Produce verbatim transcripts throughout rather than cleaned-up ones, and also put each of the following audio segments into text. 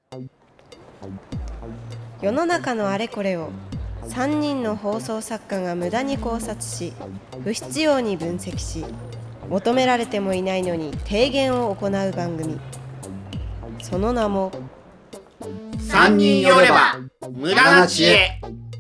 世の中のあれこれをさんにんの放送作家が無駄に考察し、不必要に分析し、求められてもいないのに提言を行う番組。その名もさんにん寄れば無駄な知恵。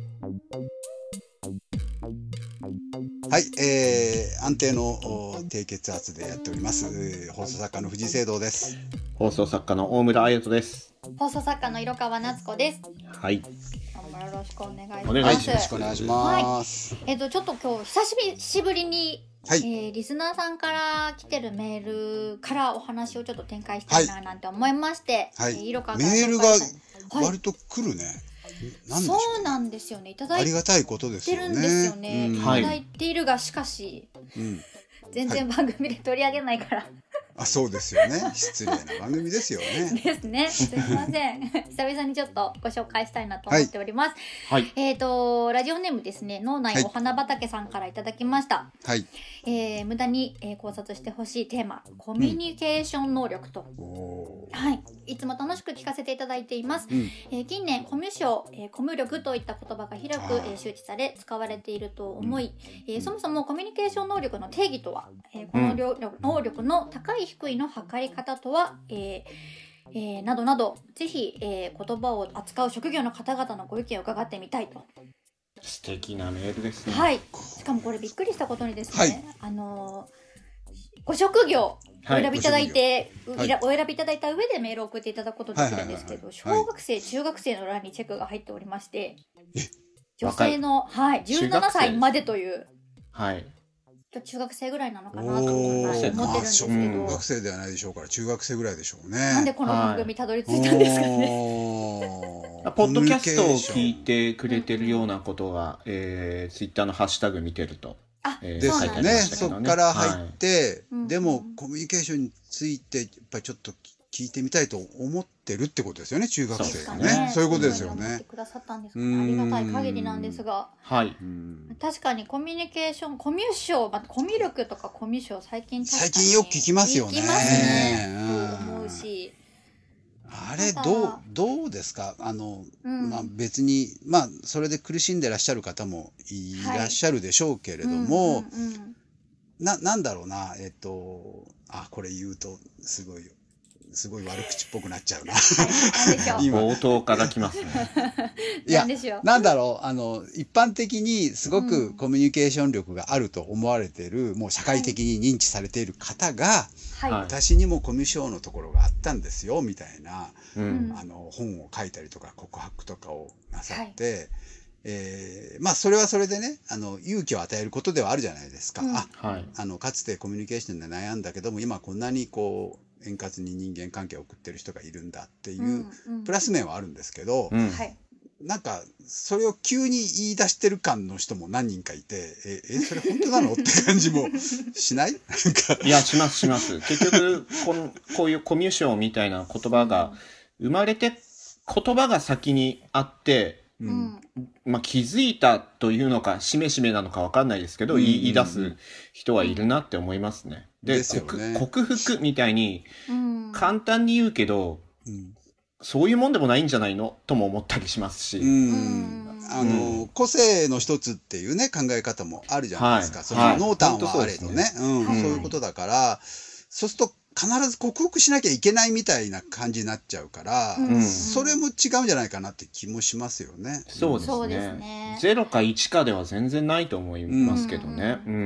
はい、えー、安定の低血圧でやっております、えー、放送作家の藤井聖堂です。 放送作家の大村彩人です。 放送作家の色川夏子です。 はい。 どうもよろしくお願いします。 お願いします。 はい、よろしくお願いします。 はい、えっとちょっと今日久しぶりに、 はい、 えー、リスナーさんから来てるメールからお話をちょっと展開したいななんて思いまして、 はいえー、色川メールが割と来るね。はい、なんでしょうね、 そうなんですよね。いただいてるんですよね。 ありがたいことですよね。 うん、いただいているがしかし、うん、全然番組で取り上げないから、はい、 あ、そうですよね。失礼な番組ですよね。 ですね。すいません。久々にちょっとご紹介したいなと思っております。 はい。 えっとラジオネームですね。脳内お花畑さんからいただきました。 はい。 えー、無駄に、えー、考察してほしいテーマ、コミュニケーション能力と、うん、はい、いつも楽しく聞かせていただいています。うん、えー、近年コミュ障、えー、コミュ力といった言葉が広く、えー、周知され使われていると思い、うん、えー、そもそもコミュニケーション能力の定義とは、えー、この、うん、能力の高い低いの測り方とは、えーえー、などなど、ぜひ、えー、言葉を扱う職業の方々のご意見を伺ってみたいと。 素敵なメールですね。 はい。しかもこれびっくりしたことにですね、はい、あのー、ご職業お選びいただいて、はい、お選びいただいた上でメールを送っていただくことできるんですけど、小学生、中学生の欄にチェックが入っておりまして、女性の、はい、じゅうななさいまでという、 はい、 中学生ぐらいなのかなと思ってるんですけど、 小学生ではないでしょうから中学生ぐらいでしょうね。 なんでこの番組たどり着いたんですかね。ポッドキャストを聞いてくれてるようなことが、えー、ツイッターのハッシュタグ見てると、 あ、 えー、ですよね。そこから入って、はい、でもコミュニケーションについてやっぱりちょっと聞いてみたいと思ってるってことですよね、中学生がね。そうね、そういうことですよね。 思ってくださったんですかね。ありがたい限りなんですが、 はい。 確かにコミュニケーション、コミュ障、まあ、コミュ力とかコミュ障最近最近よく聞きますよね。 聞きますね。と思うし。 あれどうどうですか。あの、うん、まあ別にまあそれで苦しんでらっしゃる方もいらっしゃるでしょうけれども、ななんだろうな、えっとあこれ言うとすごいすごい悪口っぽくなっちゃうな。 今冒頭からきますね。 いや、なんだろう、あの一般的にすごくコミュニケーション力があると思われている、うん、もう社会的に認知されている方が、はい、私にもコミュ障のところがあったんですよみたいな、うん、あの本を書いたりとか告白とかをなさって。はい、えー、まあそれはそれでね、あの勇気を与えることではあるじゃないですか。うん、あ、はい、あのかつてコミュニケーションで悩んだけども今こんなにこう円滑に人間関係を送ってる人がいるんだっていうプラス面はあるんですけど、うん、なんかそれを急に言い出してる感の人も何人かいて、ええそれ本当なのって感じもしない？なんかいやしますします。結局このこういうコミュ障みたいな言葉が生まれて言葉が先にあって。うん、まあ気づいたというのかしめしめなのか分かんないですけど、うんうんうん、言い出す人はいるなって思いますね。で、ですよね、克服みたいに簡単に言うけど、うん、そういうもんでもないんじゃないのとも思ったりしますし、うん、 あの、うん、個性の一つっていうね考え方もあるじゃないですか。はい、その濃淡はあれとね、うん、そういうことだから、そうすると必ず克服しなきゃいけないみたいな感じになっちゃうから、うん、それも違うんじゃないかなって気もしますよね。 そうですね。そうですね。ゼロかいちかでは全然ないと思いますけどね。うん。うん、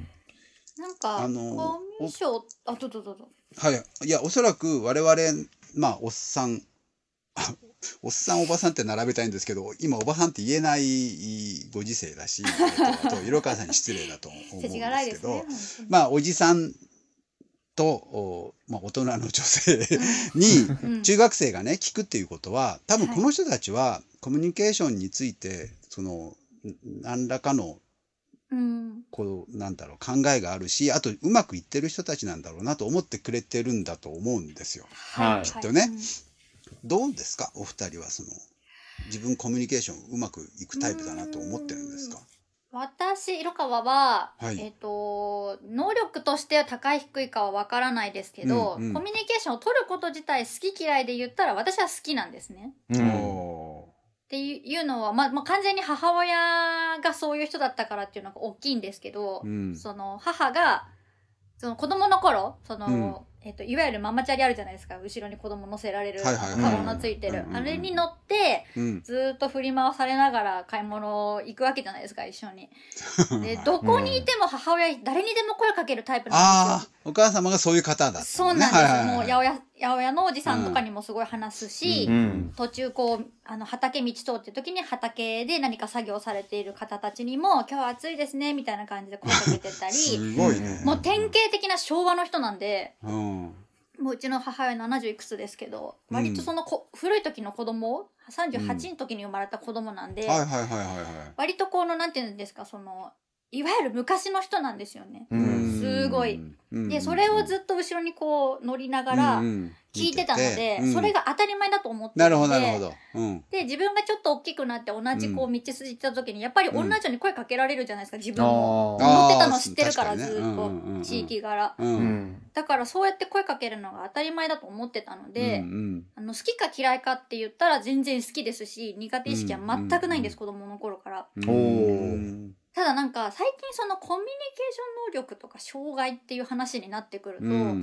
なんかあのコミュ障、あどうぞどうぞ。 はい。いやおそらく我々まあおっさんおっさんおばさんって並べたいんですけど今おばさんって言えないご時世だし、あと色川さんに失礼だと思うんですけど、ね、まあおじさんと、まあ、大人の女性に中学生がね聞くっていうことは多分この人たちはコミュニケーションについてその何らかのこうなんだろう考えがあるし、あとうまくいってる人たちなんだろうなと思ってくれてるんだと思うんですよ、はい、きっとね、はい、どうですかお二人はその自分コミュニケーションうまくいくタイプだなと思ってるんですか？ 私、色川は、 はい、 えっと、能力として高い低いかはわからないですけど、うんうん、コミュニケーションを取ること自体好き嫌いで言ったら私は好きなんですね。うん、っていうのは、まあ、まあ、完全に母親がそういう人だったからっていうのが大きいんですけど、うん、その母が、その子供の頃、その、うんえっと、いわゆるママチャリあるじゃないですか。後ろに子供乗せられる、カバンのついてる。あれに乗って、うん、ずっと振り回されながら買い物行くわけじゃないですか、一緒に。で、どこにいても母親、誰にでも声かけるタイプなんですよ。 ああ、お母様がそういう方だった、ね。 そうなんです。はいはいはい、もう、八百屋、八百屋のおじさんとかにもすごい話すし、うん、途中こう、あの、畑道通ってる時に畑で何か作業されている方たちにも、今日は暑いですね、みたいな感じで声かけてたり。 すごいね。 もう典型的な昭和の人なんで、 うんもううちの母親ななじゅういくつですけど、割とそのこ、うん、古い時の子供、さんじゅうはちの時に生まれた子供なんで、 うん、はいはいはいはい。 割とこの、なんていうんですか、その、いわゆる昔の人なんですよね。すごい。で、それをずっと後ろにこう乗りながら聞いてたので、それが当たり前だと思ってなるほどなるほど。 で、自分がちょっと大きくなって同じこう道筋行った時に、やっぱり同じように声かけられるじゃないですか、自分も。乗ってたの知ってるからずっと、地域柄。だからそうやって声かけるのが当たり前だと思ってたので、あの好きか嫌いかって言ったら全然好きですし、苦手意識は全くないんです、子供の頃から。ただなんか最近そのコミュニケーション能力とか障害っていう話になってくると、うんうん、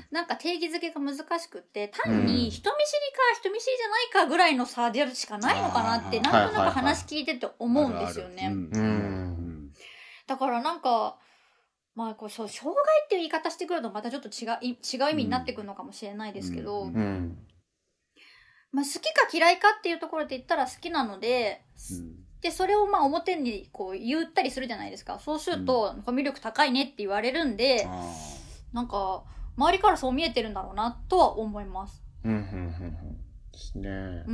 なんか定義づけが難しくって単に人見知りか人見知りじゃないかぐらいの差であるしかないのかなってなんとなく話聞いてて思うんですよね。だからなんかまあこうそう障害っていう言い方してくるとまたちょっと違う、違う意味になってくるのかもしれないですけど、うんうんまあ、好きか嫌いかっていうところで言ったら好きなので、うんで、それをまあ表にこう言ったりするじゃないですか。そうすると、コミュ力高いねって言われるんで、うん、なんか、周りからそう見えてるんだろうなとは思います。 うん、うん、うん。ですね。うん。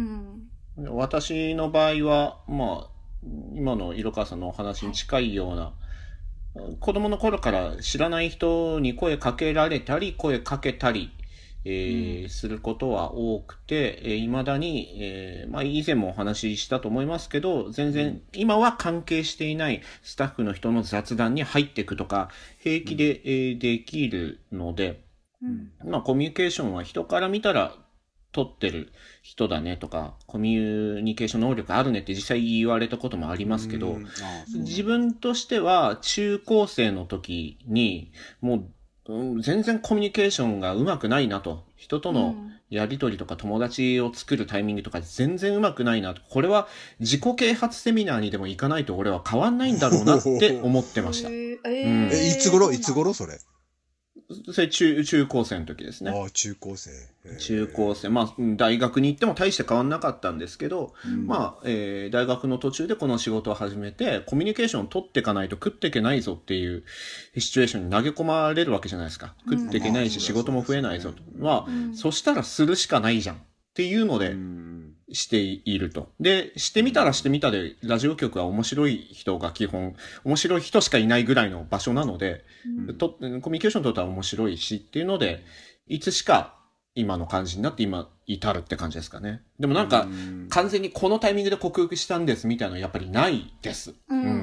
私の場合は、まあ、今の色川さんのお話に近いような、はい、子供の頃から知らない人に声かけられたり、声かけたり、えーうん、することは多くて、えー、未だに、えー、まあ以前もお話ししたと思いますけど、全然今は関係していないスタッフの人の雑談に入っていくとか、平気で、うんえー、できるので、うん、まあコミュニケーションは人から見たら取ってる人だねとか、コミュニケーション能力あるねって実際言われたこともありますけど、うん自分としては中高生の時にもううん、全然コミュニケーションが上手くないなと。人とのやりとりとか友達を作るタイミングとか全然上手くないなと。これは自己啓発セミナーにでも行かないと俺は変わんないんだろうなって思ってました。えーうん、え、いつ頃いつ頃それそれ中、中高生の時ですね。 ああ、中高生。 中高生。まあ、大学に行っても大して変わんなかったんですけど、うん、まあ、えー、大学の途中でこの仕事を始めて、コミュニケーションを取っていかないと食っていけないぞっていうシチュエーションに投げ込まれるわけじゃないですか。食っていけないし、仕事も増えないぞと。まあ、うん、そしたらするしかないじゃんっていうので、うんしていると。で、してみたらしてみたで、ラジオ局は面白い人が基本、面白い人しかいないぐらいの場所なので、うん、とコミュニケーションにとっては面白いしっていうので、いつしか今の感じになって今至るって感じですかね。でもなんか、完全にこのタイミングで克服したんですみたいなのはやっぱりないです。うん。うん。うん。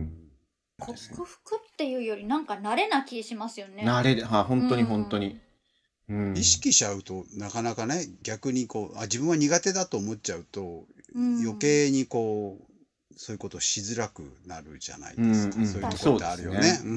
克服っていうよりなんか慣れな気しますよね。 慣れ、は、本当に本当に。 うん、意識しちゃうとなかなかね逆にこうあ自分は苦手だと思っちゃうと、うん、余計にこうそういうことをしづらくなるじゃないですか、うんうん、そういうところってあるよね。ねうん、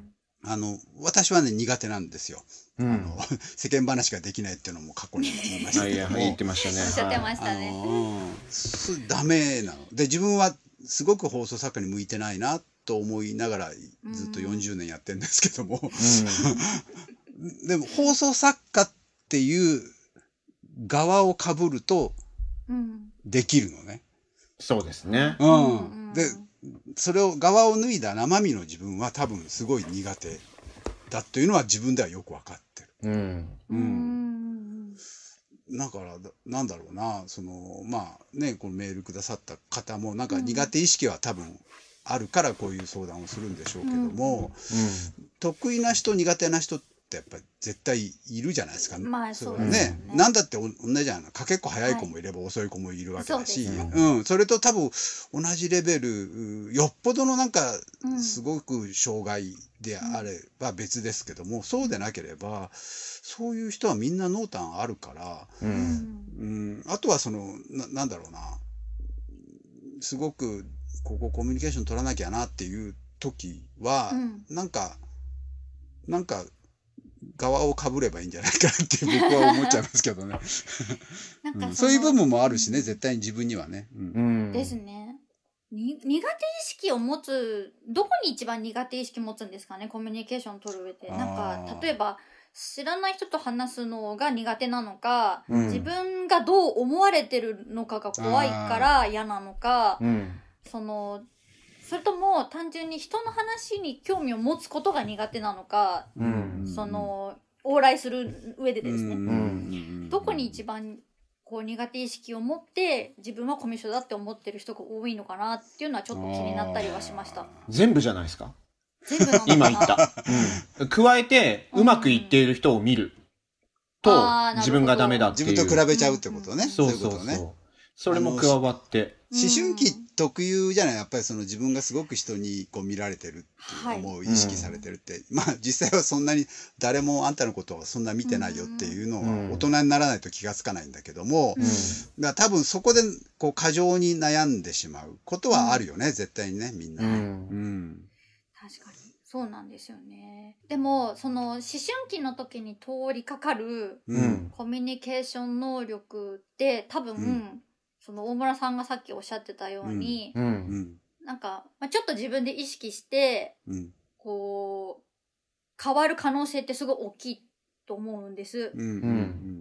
あの私はね苦手なんですよ、うん、あの世間話ができないっていうのも過去に言いましたけども言ってましたね。 おっしゃってましたね。 あのダメなので自分はすごく放送作家に向いてないなと思いながらずっとよんじゅうねんやってるんですけども、うんでも放送作家っていう側を被るとできるのね。 うん、そうですね。 うん。で、それを側を脱いだ生身の自分は多分すごい苦手だというのは自分ではよくわかってる。うん。うん。だからなんだろうな、そのまあねこのメールくださった方もなんか苦手意識は多分あるからこういう相談をするんでしょうけども、うんうん、得意な人苦手な人っってやっぱり絶対いるじゃないですか。 まあそうですね。 ね。 なんだって同じじゃない。かけっこ早い子もいれば遅い子もいるわけだし、 そうですうん、それと多分同じレベル、よっぽどのなんかすごく障害であれば別ですけども、うん、そうでなければそういう人はみんな濃淡あるから、うんうん、あとはその な, なんだろうな、すごくここコミュニケーション取らなきゃなっていう時は、うん、なんかなんか側をかぶればいいんじゃないかなって僕は思っちゃいますけどねなんか そ, うん、そういう部分もあるしね、絶対に自分にはね、 うん、ですね。に苦手意識を持つ、どこに一番苦手意識持つんですかね、コミュニケーション取る上で。なんか例えば知らない人と話すのが苦手なのか、うん、自分がどう思われてるのかが怖いから嫌なのか、うん、そのそれとも単純に人の話に興味を持つことが苦手なのか、うん、その往来する上でですね、うん、どこに一番こう苦手意識を持って自分はコミュ障だって思ってる人が多いのかなっていうのはちょっと気になったりはしました。 全部じゃないですか。全部なのかな。今言った、うん、加えてうまくいっている人を見ると、うん、自分がダメだっていう、 自分と比べちゃうってことね、うん、 そうそうそう、そういうことね。それも加わって思春期特有じゃない、やっぱりその自分がすごく人にこう見られてるって思う、はい、意識されてるって、まあ実際はそんなに誰もあんたのことをそんな見てないよっていうのは大人にならないと気がつかないんだけども、うん、だから多分そこでこう過剰に悩んでしまうことはあるよね、うん、絶対にね、みんなね、うんうん、 確かにそうなんですよね。でもその思春期の時に通りかかるコミュニケーション能力って多分、うんその大村さんがさっきおっしゃってたように、うん、なんか、まあ、ちょっと自分で意識して、うん、こう変わる可能性ってすごい大きいと思うんです、うんうん、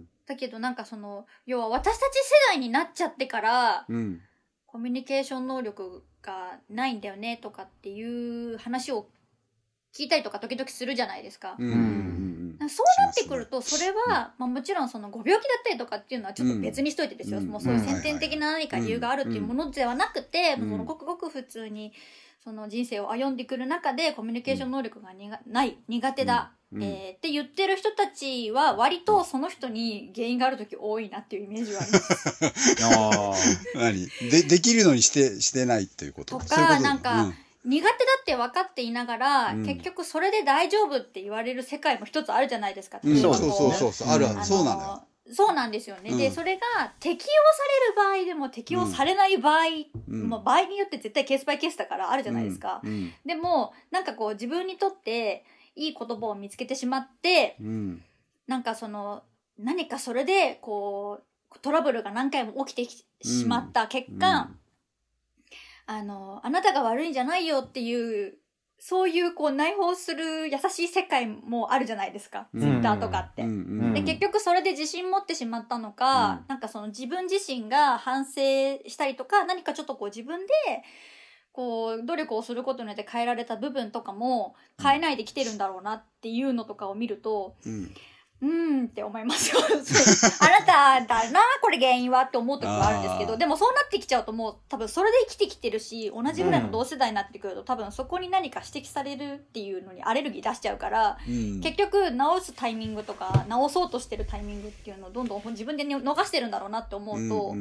だけどなんかその要は私たち世代になっちゃってから、うん、コミュニケーション能力がないんだよねとかっていう話を聞いたりとか時々するじゃないですか、うんうんうん、そうなってくるとそれは、まあ、もちろんそのご病気だったりとかっていうのはちょっと別にしといてですよ、うん、もうそういう先天的な何か理由があるっていうものではなくて、うん、そのごくごく普通にその人生を歩んでくる中でコミュニケーション能力がにがない苦手だ、うんえー、って言ってる人たちは割とその人に原因がある時多いなっていうイメージはありますあ何 で, できるのにしてしてないっていうこととかなんか、うん苦手だって分かっていながら、うん、結局それで大丈夫って言われる世界も一つあるじゃないですか。 うん、そうそうそうそう、あるある、そうなのよ。 そうなんですよね。うん、で、それが適用される場合でも適用されない場合、うん、まあ、場合によって絶対ケースバイケースだからあるじゃないですか。うんうん、でも、なんかこう自分にとっていい言葉を見つけてしまって、うん、なんかその、何かそれでこう、トラブルが何回も起きてしまった結果、うんうんあの、あなたが悪いんじゃないよっていう、そういうこう内包する優しい世界もあるじゃないですか。ツイッターとかって、うん。で、結局それで自信持ってしまったのか、うん、なんかその自分自身が反省したりとか、何かちょっとこう自分で、こう、努力をすることによって変えられた部分とかも変えないで来てるんだろうなっていうのとかを見ると、うんうーんって思いますよ。あなただな、これ原因はって思う時はあるんですけど、でもそうなってきちゃうともう多分それで生きてきてるし、同じぐらいの同世代になってくると、うん、多分そこに何か指摘されるっていうのにアレルギー出しちゃうから、うん、結局治すタイミングとか治そうとしてるタイミングっていうのをどんどん自分で逃してるんだろうなって思うと、うんうんうんうん、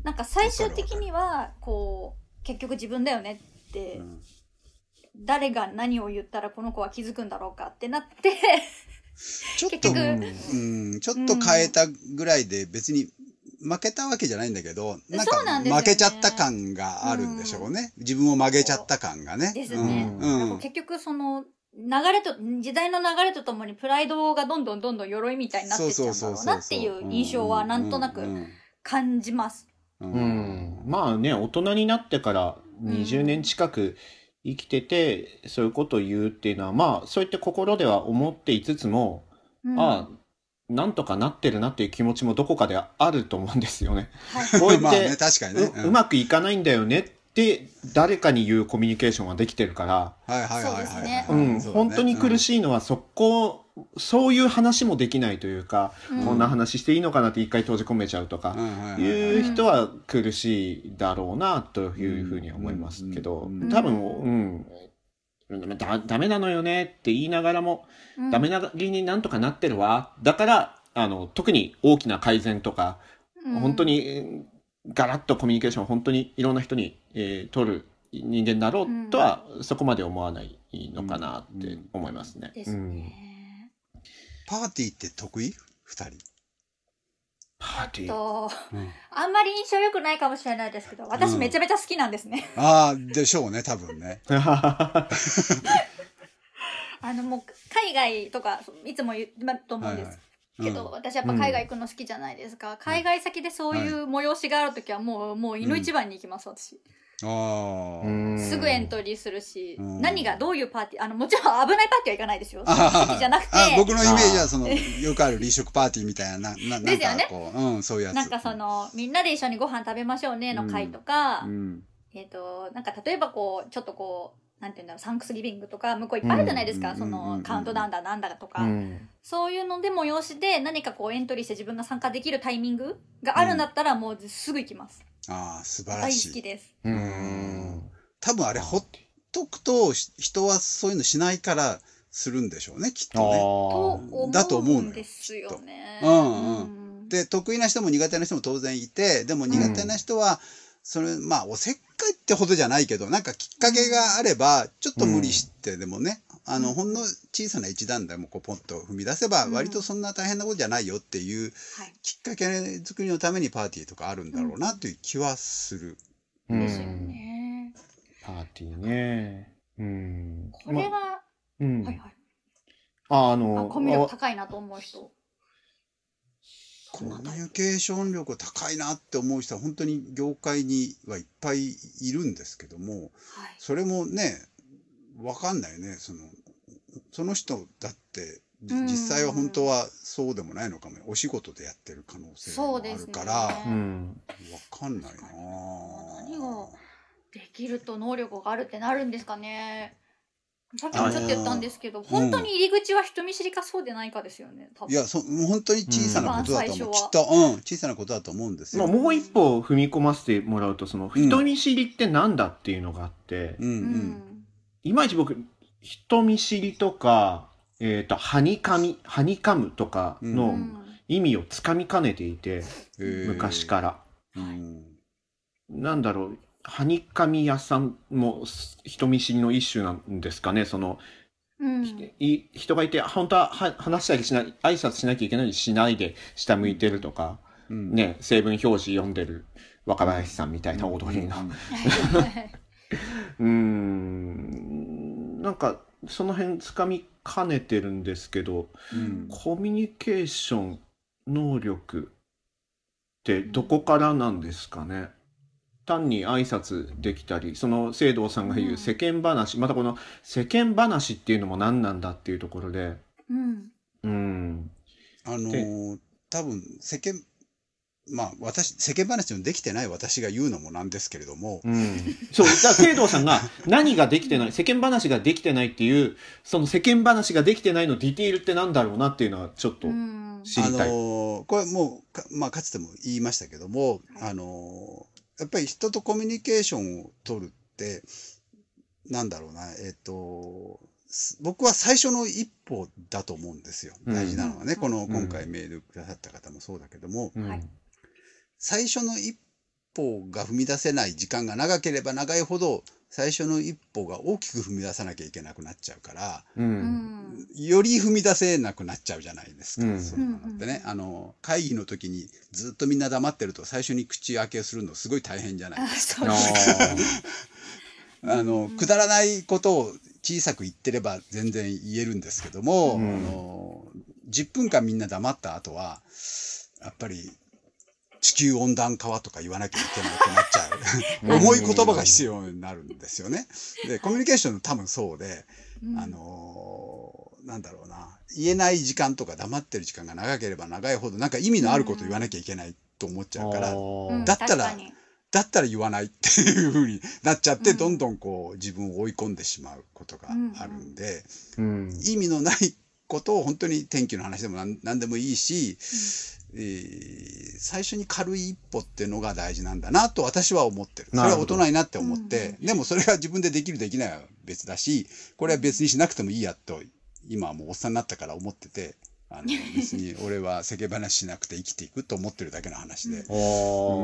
なんか最終的にはこう結局自分だよねって、うん、誰が何を言ったらこの子は気づくんだろうかってなってちょっと、うん、ちょっと変えたぐらいで別に負けたわけじゃないんだけど、なんか負けちゃった感があるんでしょうね。うん、自分を曲げちゃった感がね。 ですね。うん、結局その流れと、時代の流れとともにプライドがどんどんどんどん鎧みたいになってっちゃうんだろうなっていう印象はなんとなく感じます。 うん。うん、まあね、大人になってからにじゅうねん近く、生きててそういうことを言うっていうのはまあそういって心では思っていつつも、うん、ああなんとかなってるなっていう気持ちもどこかであると思うんですよね。はい、こうやって、まあね、確かにね、うん、うまくいかないんだよねって誰かに言うコミュニケーションはできてるから、はいはいはいはい、うん、本当に苦しいのはそこ、そういう話もできないというか、うん、こんな話していいのかなって一回閉じ込めちゃうとかいう人は苦しいだろうなというふうに思いますけど、多分、うん、 だダメなのよねって言いながらも、 うん、 ダメなりになんとかなってるわ。だからあの特に大きな改善とか、うん、本当にガラッとコミュニケーションを本当にいろんな人に、えー、取る人間だろうとは、うん、そこまで思わないのかなって思いますね。 ですね。 パーティーって得意？二人。 パーティー、 と、うん、あんまり印象良くないかもしれないですけど、私めちゃめちゃ好きなんですね。 うん、ああ、でしょうね、多分ね。 あのもう海外とかいつも言うと思うんですけど、はいはい、うん、私やっぱ海外行くの好きじゃないですか。うん、海外先でそういう催しがあるときはもう、もういの一番に行きます、私。あすぐエントリーするし、何がどういうパーティー、あのもちろん危ないパーティーはいかないですよ。好きじゃなくて、 あ僕のイメージはそのよくある離職パーティーみたいな、ななんかこう、ですよね、うん、そういうやつ。 なんかそのみんなで一緒にご飯食べましょうねの会とか、うんうん、えっ、ー、となんか例えばこうちょっとこうなんていうんだろう、サンクスギビングとか向こういっぱいあるじゃないですか、うん、そのカウントダウンだなんだとか、うん、そういうので催しで何かこうエントリーして自分が参加できるタイミングがあるんだったらもうすぐ行きます。 ああ、素晴らしい。 大好きです。 うん。多分あれほっとくと人はそういうのしないからするんでしょうね、きっとね。 とだと思うんですよね。 うんうん。で、得意な人も苦手な人も当然いて、でも苦手な人は、それ、まあ、おせっかいってほどじゃないけど、なんかきっかけがあれば、ちょっと無理してでもね、あの、ほんの小さな一段でもこうポンと踏み出せば、割とそんな大変なことじゃないよっていうきっかけ作りのためにパーティーとかあるんだろうなという気はする。 ですよね。 パーティーね。うん。 これは、うん、はいはい。 あ、あの、 コミュ力高いなと思う人。 コミュニケーション力高いなって思う人は本当に業界にはいっぱいいるんですけども、はい、それもね、わかんないね。その、その人だって、実際は本当はそうでもないのかも。お仕事でやってる可能性もあるから、わ、ね、かんないな。 何ができると能力があるってなるんですかね。さっきもちょっと言ったんですけど、本当に入り口は人見知りかそうでないかですよね。多分いや、そ本当に小さなことだと思う。うん、きっと、うん、小さなことだと思うんですよ。 まあ、もう一歩踏み込ませてもらうと、その人見知りってなんだっていうのがあって、うんうん、いまいち僕人見知りとか、えっと、はにかみ、はにかむとかの意味をつかみかねていて、うん、昔から、うん、なんだろう。はにかみ屋さんも人見知りの一種なんですかね。その、うん、い人がいて本当は話したりしない挨拶しなきゃいけないのにしないで下向いてるとか、うん、ね、成分表示読んでる若林さんみたいな踊りのうーんなんかその辺つかみかねてるんですけど、うん、コミュニケーション能力ってどこからなんですかね。単に挨拶できたり、その聖堂さんが言う世間話、うん、またこの世間話っていうのも何なんだっていうところで、うん、うん、 あのー、多分世間まあ私世間話のできてない私が言うのもなんですけれども、 うん、そうだから聖堂さんが何ができてない世間話ができてないっていうその世間話ができてないのディテールってなんだろうなっていうのはちょっと知りたい。 あのー、これもうか、まあ、かつても言いましたけども、あのーやっぱり人とコミュニケーションを取るって、なんだろうな、えっと、僕は最初の一歩だと思うんですよ。大事なのはね、うん、この今回メールくださった方もそうだけども、うん、最初の一歩が踏み出せない時間が長ければ長いほど、最初の一歩が大きく踏み出さなきゃいけなくなっちゃうから、うん、より踏み出せなくなっちゃうじゃないですか。うん、そういうのってね、あの会議の時にずっとみんな黙ってると最初に口開けをするのすごい大変じゃないですか。あのくだらないことを小さく言ってれば全然言えるんですけども、うん、あのじゅっぷんかんみんな黙った後はやっぱり地球温暖化はとか言わなきゃいけないってなっちゃう重い言葉が必要になるんですよね。でコミュニケーション多分そうで、うん、あのなんだろうな、言えない時間とか黙ってる時間が長ければ長いほどなんか意味のあること言わなきゃいけないと思っちゃうから、うん、だったらだったら言わないっていう風になっちゃって、うん、どんどんこう自分を追い込んでしまうことがあるんで、うん、意味のないことを本当に天気の話でも何、何でもいいし、うん、えー、最初に軽い一歩っていうのが大事なんだなと私は思ってる。それは大人になって思って、うん、でもそれが自分でできるできないは別だし、これは別にしなくてもいいやと今はもうおっさんになったから思ってて、あの別に俺は世間話しなくて生きていくと思ってるだけの話で。 うん、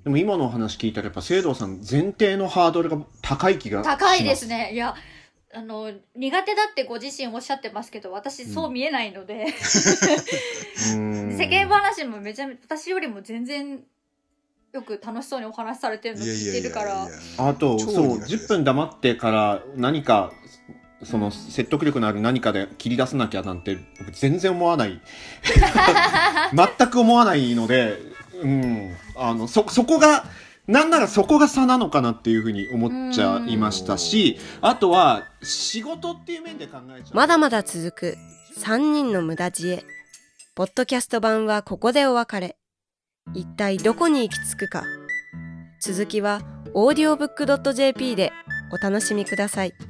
でも今のお話聞いたらやっぱ聖堂さん前提のハードルが高い気がします。 高いですね。いやあの苦手だってご自身おっしゃってますけど、私そう見えないので、うん、世間話もめちゃめちゃ私よりも全然よく楽しそうにお話しされてるの聞いてるから。 あとそうじゅっぷん黙ってから何かその説得力のある何かで切り出さなきゃなんて全然思わない全く思わないので、うん、あの そ, そこがなんならそこが差なのかなっていうふうに思っちゃいましたし、あとは仕事っていう面で考えちゃう。 まだまだ続くさんにんの無駄知恵。ポッドキャスト版はここでお別れ。一体どこに行き着くか。続きはオーディオブックドットジェーピー でお楽しみください。